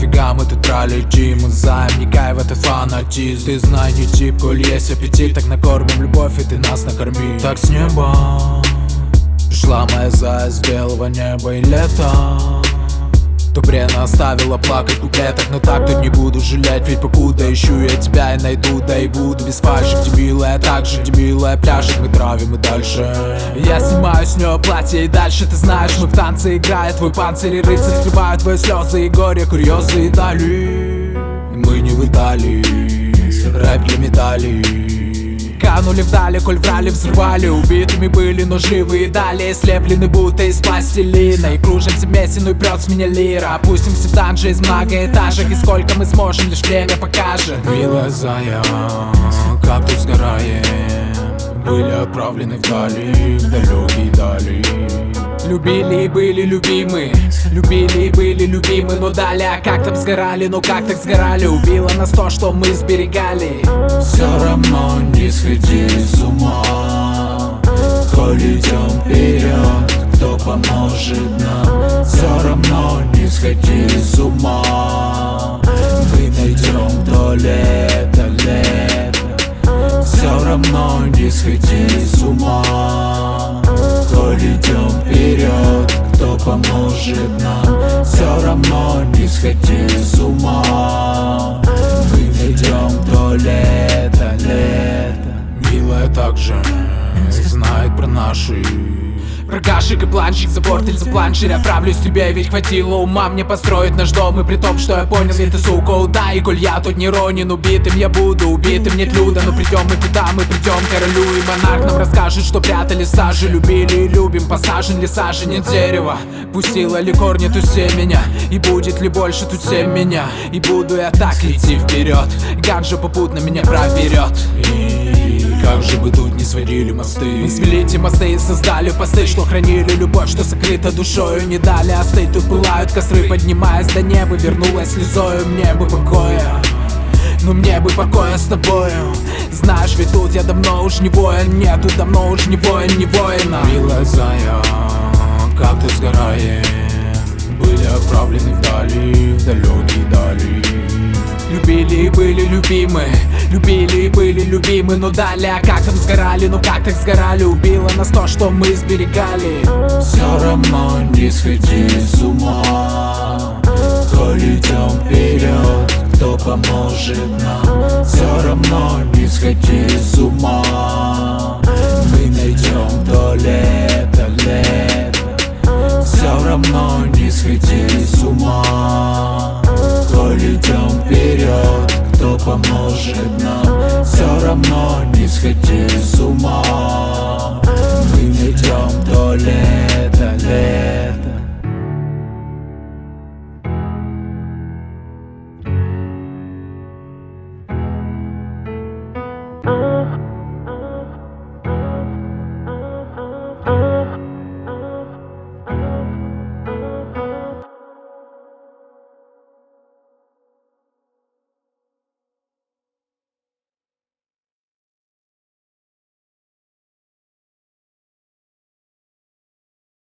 нафига мы тут летим? Мы займ, не кайф, это фанатизм. Ты знай, не тип, коль есть аппетит, так накормим любовь, и ты нас накорми. Так с неба пришла моя зая с белого неба и лета. То бренно оставила плакать в куплетах, но так тут не буду жалеть, ведь покуда ищу я тебя и найду, да и буду без фальши. Дебила, я также дебила, я пляшет, мы травим и дальше. Я снимаю с нее платье и дальше, ты знаешь, мы в танце играет твой панцирь и рыцарь, скрывают твои слезы и горе, курьезы и дали. Мы не в Италии, рэп для медалей. Канули вдали, коль врали, взрывали. Убитыми были, но живы и далее слеплены, будто из пластилина. И кружимся вместе, ну и прет с меня лира. Опустимся в данжи из многоэтажек, и сколько мы сможем, лишь время покажет. Милая зая, как тут сгораем, были отправлены вдали, в далекие дали. Любили и были любимы, любили и были любимы, но далее как там сгорали, ну как так сгорали. Убило нас то, что мы сберегали. Все равно не сходи с ума, коль идем вперед, кто поможет нам? Все равно не сходи с ума, мы найдем то лето, лето. Все равно не сходи с ума, коль идем вперед, кто поможет нам? Все равно не сходи с ума, мы найдем то лето, лето. Милая также знает про наши Прогашик и планчик, за борт или за планшер. Я правлюсь тебе, ведь хватило ума мне построить наш дом. И при том, что я понял, ведь ты сука, да. И коль я тут не ронен, убитым я буду, убитым нет люда. Но придем мы туда, мы придем к королю. И монарх нам расскажет, что прятали сажи. Любили и любим, посажен ли саженец дерева, пустила ли корни тут семеня. И будет ли больше тут семеня? И буду я так идти вперед, ганжа попутно меня проберет. И как же бы тут не сводили мосты? Мы свели эти мосты и создали посты, что хранили любовь, что сокрыта душою. Не дали остыть, тут пылают костры, поднимаясь до неба. Вернулась слезою, мне бы покоя, ну мне бы покоя с тобою. Знаешь, ведь тут я давно уж не воин, нету давно уж не воин, не воина. Милая зая, как ты сгораем, были отправлены вдали, в далекие дали. Любили и были любимы, любили и были любимы, но далее как там сгорали, ну как так сгорали. Убило нас то, что мы сберегали. Все равно не сходи с ума, коль идем вперед, кто поможет нам? Все равно не сходи с ума, мы найдем то лето, лето. Все равно не сходи с ума, коль идем вперед, кто поможет нам? Все равно не сходи с ума, мы найдем то лето, лето.